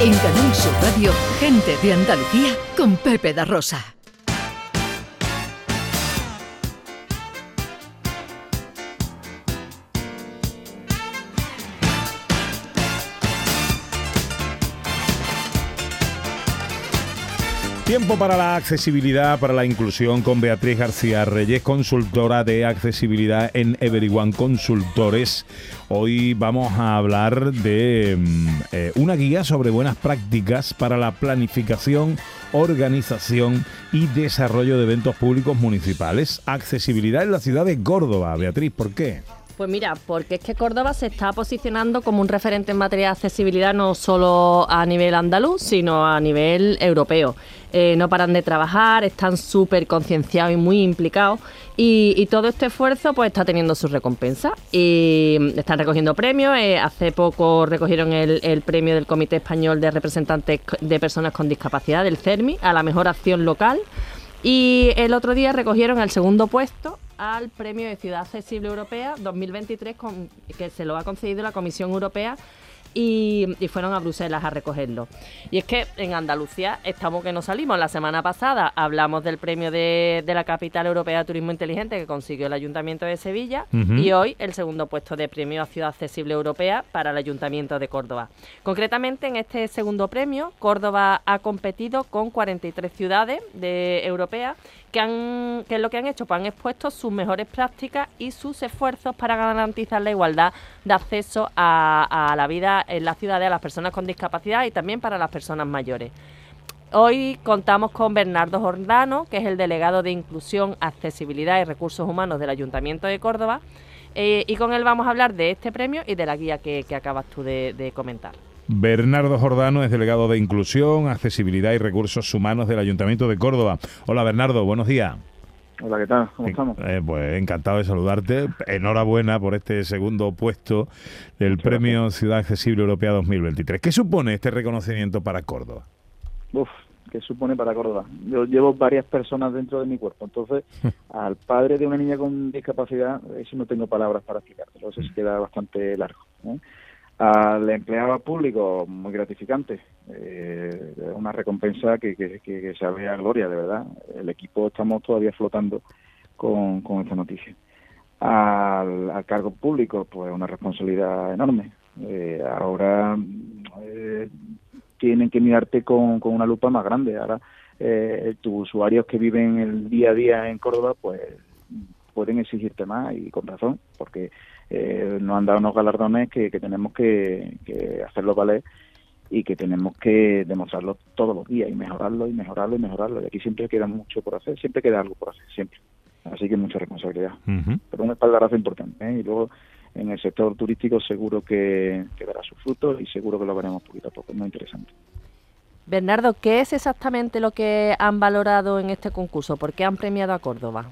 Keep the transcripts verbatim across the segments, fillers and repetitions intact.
En Canal Sur Radio, Gente de Andalucía con Pepe da Rosa. Tiempo para la accesibilidad, para la inclusión con Beatriz García Reyes, consultora de accesibilidad en Everyone Consultores. Hoy vamos a hablar de eh, una guía sobre buenas prácticas para la planificación, organización y desarrollo de eventos públicos municipales. Accesibilidad en la ciudad de Córdoba. Beatriz, ¿por qué? Pues mira, porque es que Córdoba se está posicionando como un referente en materia de accesibilidad no solo a nivel andaluz, sino a nivel europeo. Eh, no paran de trabajar, están súper concienciados y muy implicados y, y todo este esfuerzo pues está teniendo su recompensa. Y están recogiendo premios, eh, hace poco recogieron el, el premio del Comité Español de Representantes de Personas con Discapacidad, del CERMI, a la mejor acción local. Y el otro día recogieron el segundo puesto al Premio de Ciudad Accesible Europea dos mil veintitrés, con, que se lo ha concedido la Comisión Europea, y, y fueron a Bruselas a recogerlo. Y es que en Andalucía estamos que no salimos. La semana pasada hablamos del premio de, de la Capital Europea de Turismo Inteligente que consiguió el Ayuntamiento de Sevilla, uh-huh. y hoy el segundo puesto de Premio a Ciudad Accesible Europea para el Ayuntamiento de Córdoba. Concretamente, en este segundo premio, Córdoba ha competido con cuarenta y tres ciudades de europeas que han que es lo que han hecho, pues han expuesto sus mejores prácticas y sus esfuerzos para garantizar la igualdad de acceso a, a la vida en las ciudades a las personas con discapacidad y también para las personas mayores. Hoy contamos con Bernardo Jordano, que es el delegado de Inclusión, Accesibilidad y Recursos Humanos del Ayuntamiento de Córdoba, eh, y con él vamos a hablar de este premio y de la guía que, que acabas tú de, de comentar. Bernardo Jordano es delegado de Inclusión, Accesibilidad y Recursos Humanos del Ayuntamiento de Córdoba. Hola Bernardo, buenos días. Hola, ¿qué tal? ¿Cómo estamos? Eh, pues encantado de saludarte. Enhorabuena por este segundo puesto del Muchas Premio gracias. Ciudad Accesible Europea dos mil veintitrés. ¿Qué supone este reconocimiento para Córdoba? Uf, ¿qué supone para Córdoba? Yo llevo varias personas dentro de mi cuerpo, entonces al padre de una niña con discapacidad, eso no tengo palabras para explicártelo, eso se queda bastante largo, ¿eh? Al empleado público, muy gratificante, eh, una recompensa que, que, que, que sabe a gloria, de verdad. El equipo estamos todavía flotando con, con esta noticia. Al, al cargo público, pues una responsabilidad enorme. Eh, ahora eh, tienen que mirarte con, con una lupa más grande. Ahora eh, tus usuarios que viven el día a día en Córdoba, pues pueden exigirte más, y con razón, porque eh, nos han dado unos galardones que, que tenemos que, que hacerlo valer y que tenemos que demostrarlo todos los días y mejorarlo y mejorarlo y mejorarlo. Y aquí siempre queda mucho por hacer, siempre queda algo por hacer, siempre. Así que mucha responsabilidad. Uh-huh. Pero un espaldarazo importante, ¿eh? Y luego en el sector turístico seguro que, que dará sus frutos y seguro que lo veremos poquito a poco, muy interesante. Bernardo, ¿qué es exactamente lo que han valorado en este concurso? ¿Por qué han premiado a Córdoba?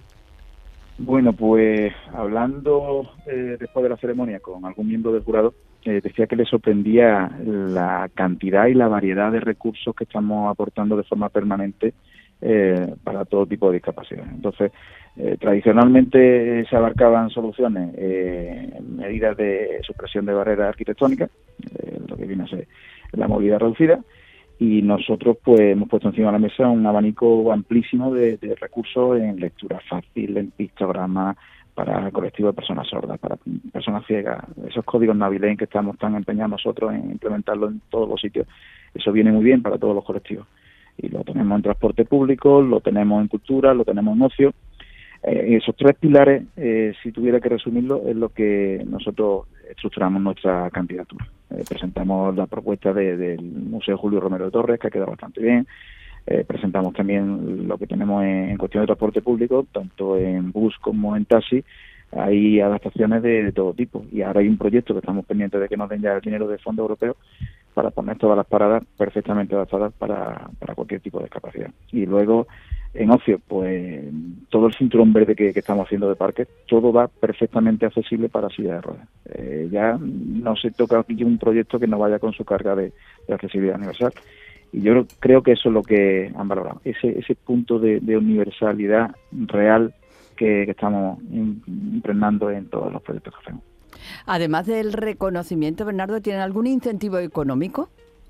Bueno, pues hablando eh, después de la ceremonia con algún miembro del jurado, eh, decía que le sorprendía la cantidad y la variedad de recursos que estamos aportando de forma permanente eh, para todo tipo de discapacidad. Entonces, eh, tradicionalmente se abarcaban soluciones, eh, medidas de supresión de barreras arquitectónicas, eh, lo que viene a ser la movilidad reducida, y nosotros pues hemos puesto encima de la mesa un abanico amplísimo de, de recursos en lectura fácil, en pictogramas, para colectivos de personas sordas, para personas ciegas, esos códigos Navilen que estamos tan empeñados nosotros en implementarlo en todos los sitios. Eso viene muy bien para todos los colectivos. Y lo tenemos en transporte público, lo tenemos en cultura, lo tenemos en ocio. Eh, esos tres pilares, eh, si tuviera que resumirlo, es lo que nosotros estructuramos nuestra candidatura. Eh, presentamos la propuesta de, del Museo Julio Romero de Torres, que ha quedado bastante bien. Eh, presentamos también lo que tenemos en, en cuestión de transporte público, tanto en bus como en taxi. Hay adaptaciones de, de todo tipo. Y ahora hay un proyecto que estamos pendientes de que nos den ya el dinero de fondos europeos para poner todas las paradas perfectamente adaptadas para, para cualquier tipo de discapacidad. Y luego, en ocio, pues todo el cinturón verde que, que estamos haciendo de parques, todo va perfectamente accesible para silla de ruedas. Eh, ya no se toca aquí un proyecto que no vaya con su carga de, de accesibilidad universal. Y yo creo que eso es lo que han valorado, ese ese punto de, de universalidad real que, que estamos impregnando en todos los proyectos que hacemos. Además del reconocimiento, Bernardo, ¿tienen algún incentivo económico?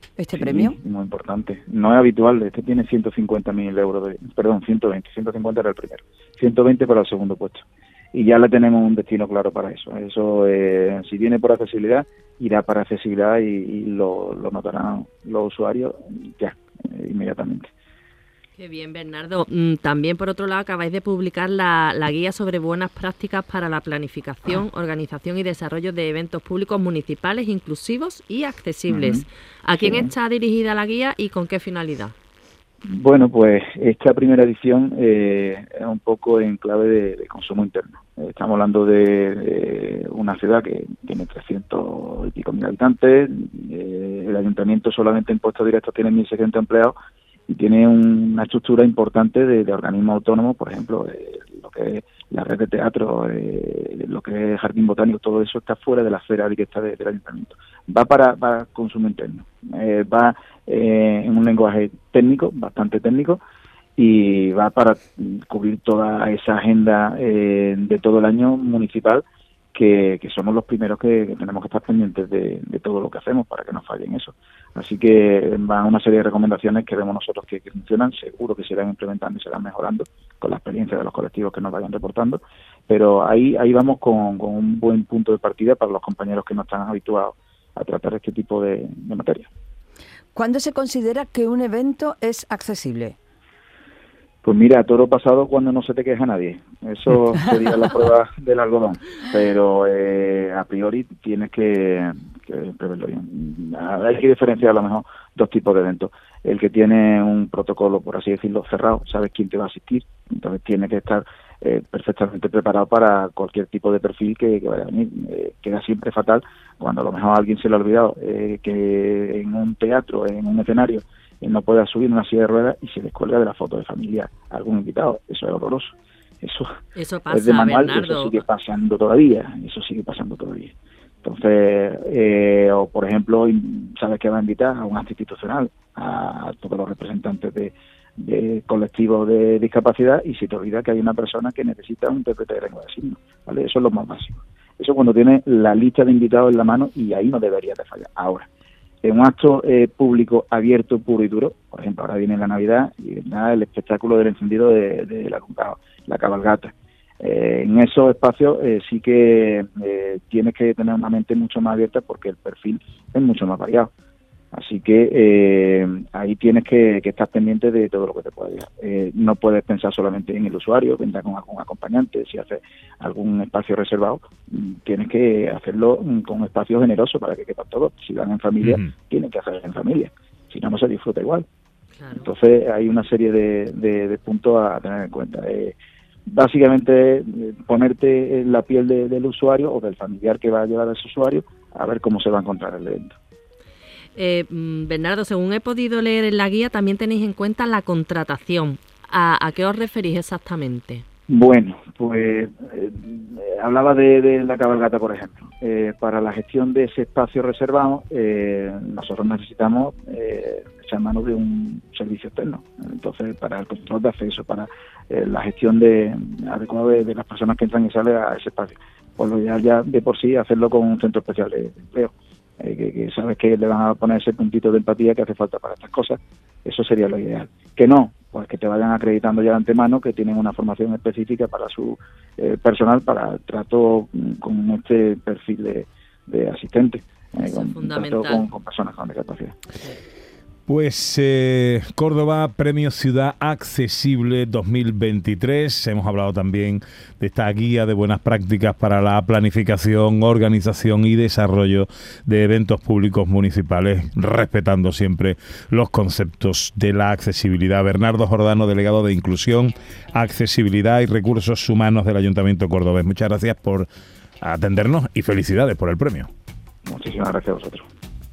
este Sí, premio? muy importante. No es habitual, este tiene ciento cincuenta mil euros, de, perdón, ciento veinte, ciento cincuenta era el primero, ciento veinte para el segundo puesto. Y ya le tenemos un destino claro para eso. Eso, eh, si viene por accesibilidad, irá para accesibilidad y, y lo, lo notarán los usuarios ya, eh, inmediatamente. Qué bien, Bernardo. Mm, También, por otro lado, acabáis de publicar la, la guía sobre buenas prácticas para la planificación, organización y desarrollo de eventos públicos municipales inclusivos y accesibles. Uh-huh. ¿A quién Sí. está dirigida la guía y con qué finalidad? Bueno, pues esta primera edición eh, es un poco en clave de, de consumo interno. Eh, Estamos hablando de, de una ciudad que tiene trescientos y pico mil habitantes, eh, el ayuntamiento solamente en puestos directos tiene mil seiscientos empleados y tiene un- una estructura importante de, de organismos autónomos, por ejemplo, eh, lo que es la red de teatro, eh, lo que es el jardín botánico, todo eso está fuera de la esfera directa de- del ayuntamiento. Va para, para consumo interno, eh, va eh, en un lenguaje técnico, bastante técnico, y va para mm, cubrir toda esa agenda eh, de todo el año municipal, que, que somos los primeros que, que tenemos que estar pendientes de, de todo lo que hacemos para que no falle en eso. Así que van una serie de recomendaciones que vemos nosotros que, que funcionan, seguro que se irán implementando y se irán mejorando con la experiencia de los colectivos que nos vayan reportando, pero ahí ahí vamos con, con un buen punto de partida para los compañeros que no están habituados a tratar este tipo de, de materia. ¿Cuándo se considera que un evento es accesible? Pues mira, toro pasado cuando no se te queja nadie. Eso sería la prueba del algodón. Pero eh, a priori tienes que, que preverlo bien. Hay que diferenciar a lo mejor dos tipos de eventos. El que tiene un protocolo, por así decirlo, cerrado, sabes quién te va a asistir, entonces tiene que estar eh, perfectamente preparado para cualquier tipo de perfil que, que vaya a venir. Eh, queda siempre fatal cuando a lo mejor a alguien se le ha olvidado eh, que en un teatro, en un escenario, no pueda subir una silla de ruedas y se descuelga de la foto de familia a algún invitado. Eso es horroroso. Eso, Eso es de pasa, manual, Bernardo. eso sigue pasando todavía. Eso sigue pasando todavía. Entonces, eh, o por ejemplo, in- sabes que va a invitar a un acto institucional, a, a todos los representantes de, de colectivos de discapacidad, y se te olvida que hay una persona que necesita un intérprete de lengua de signos, ¿vale? Eso es lo más básico. Eso cuando tienes la lista de invitados en la mano, y ahí no debería de fallar. Ahora, en un acto eh, público abierto, puro y duro, por ejemplo, ahora viene la Navidad y vendrá el espectáculo del encendido de, de la, la cabalgata. Eh, en esos espacios eh, sí que eh, tienes que tener una mente mucho más abierta porque el perfil es mucho más variado. Así que eh, ahí tienes que, que estar pendiente de todo lo que te pueda llegar. Eh, no puedes pensar solamente en el usuario, vendrá con algún acompañante. Si haces algún espacio reservado, mm, tienes que hacerlo mm, con un espacio generoso para que quepan todos. Si van en familia, Ujú. tienen que hacerlo en familia. Si no, no se disfruta igual. Claro. Entonces hay una serie de, de, de puntos a tener en cuenta. Eh, básicamente eh, ponerte en la piel de- del usuario o del familiar que va a llevar a ese usuario a ver cómo se va a encontrar el evento. Eh, mm, Bernardo, según he podido leer en la guía, también tenéis en cuenta la contratación. ¿A, a qué os referís exactamente? Bueno, pues eh, hablaba de, de la cabalgata, por ejemplo. Eh, para la gestión de ese espacio reservado, eh, nosotros necesitamos eh, echar mano de un servicio externo. Entonces, para el control de acceso, para eh, la gestión de adecuada de, de las personas que entran y salen a ese espacio. Por lo ideal ya de por sí hacerlo con un centro especial de, de empleo. Eh, que, que sabes que le van a poner ese puntito de empatía que hace falta para estas cosas. Eso sería lo ideal. Que no, pues que te vayan acreditando ya de antemano que tienen una formación específica para su eh, personal, para el trato mm, con este perfil de, de asistente, eh, Eso con, es fundamental. trato con, con personas con discapacidad. Pues eh, Córdoba, Premio Ciudad Accesible dos mil veintitrés. Hemos hablado también de esta guía de buenas prácticas para la planificación, organización y desarrollo de eventos públicos municipales, respetando siempre los conceptos de la accesibilidad. Bernardo Jordano, delegado de Inclusión, Accesibilidad y Recursos Humanos del Ayuntamiento cordobés. Muchas gracias por atendernos y felicidades por el premio. Muchísimas gracias a vosotros.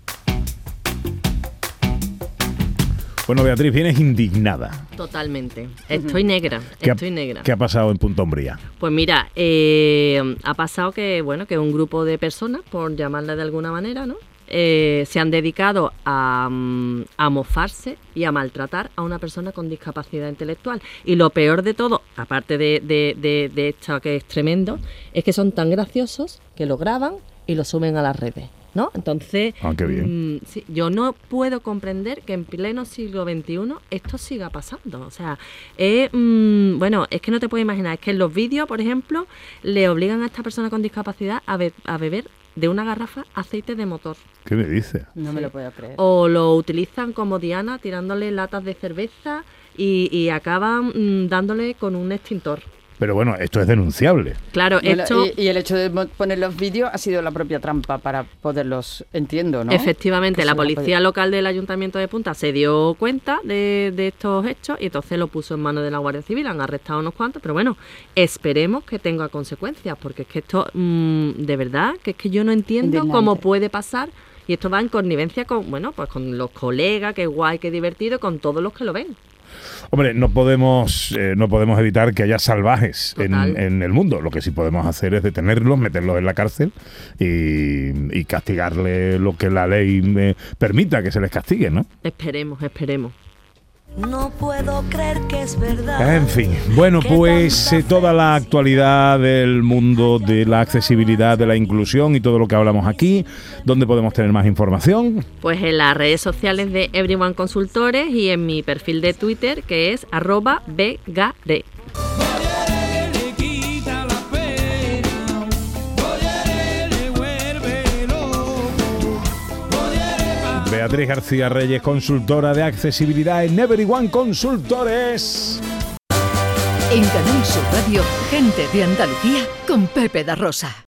Bueno, Beatriz, vienes indignada. Totalmente. Estoy negra, ¿Qué ha, estoy negra. ¿Qué ha pasado en Punta Umbría? Pues mira, eh, ha pasado que, bueno, que un grupo de personas, por llamarla de alguna manera, ¿no? Eh, se han dedicado a, mm, a mofarse y a maltratar a una persona con discapacidad intelectual. Y lo peor de todo, aparte de, de, de, de esto que es tremendo, es que son tan graciosos que lo graban y lo suben a las redes. ¿no? Entonces, Ah, qué bien. mm, sí, yo no puedo comprender que en pleno siglo veintiuno esto siga pasando. O sea, es, mm, bueno, es que no te puedes imaginar, es que en los vídeos, por ejemplo, le obligan a esta persona con discapacidad a, be- a beber de una garrafa aceite de motor. ¿Qué me dice? No me lo puedo creer. O lo utilizan como diana tirándole latas de cerveza y, y acaban mm, dándole con un extintor. Pero bueno, esto es denunciable. Claro, Bueno, esto... y, y el hecho de mo- poner los vídeos ha sido la propia trampa para poderlos, entiendo, ¿no? Efectivamente, Que la se la policía puede- local del Ayuntamiento de Punta se dio cuenta de, de estos hechos y entonces lo puso en manos de la Guardia Civil. Han arrestado unos cuantos, pero bueno, esperemos que tenga consecuencias, porque es que esto, mmm, de verdad, que es que yo no entiendo Indignante. cómo puede pasar, y esto va en connivencia con, bueno, pues con los colegas, qué guay, qué divertido, con todos los que lo ven. Hombre, no podemos eh, no podemos evitar que haya salvajes en, Total. en el mundo. Lo que sí podemos hacer es detenerlos, meterlos en la cárcel y, y castigarle lo que la ley eh, permita que se les castigue, ¿no? Esperemos, esperemos. No puedo creer que es verdad. En fin, bueno, pues eh, toda la actualidad del mundo de la accesibilidad, de la inclusión y todo lo que hablamos aquí, ¿dónde podemos tener más información? Pues en las redes sociales de Everyone Consultores y en mi perfil de Twitter, que es arroba begare. Beatriz García Reyes, consultora de accesibilidad en Everyone Consultores. En Canal Sur Radio, gente de Andalucía con Pepe da Rosa.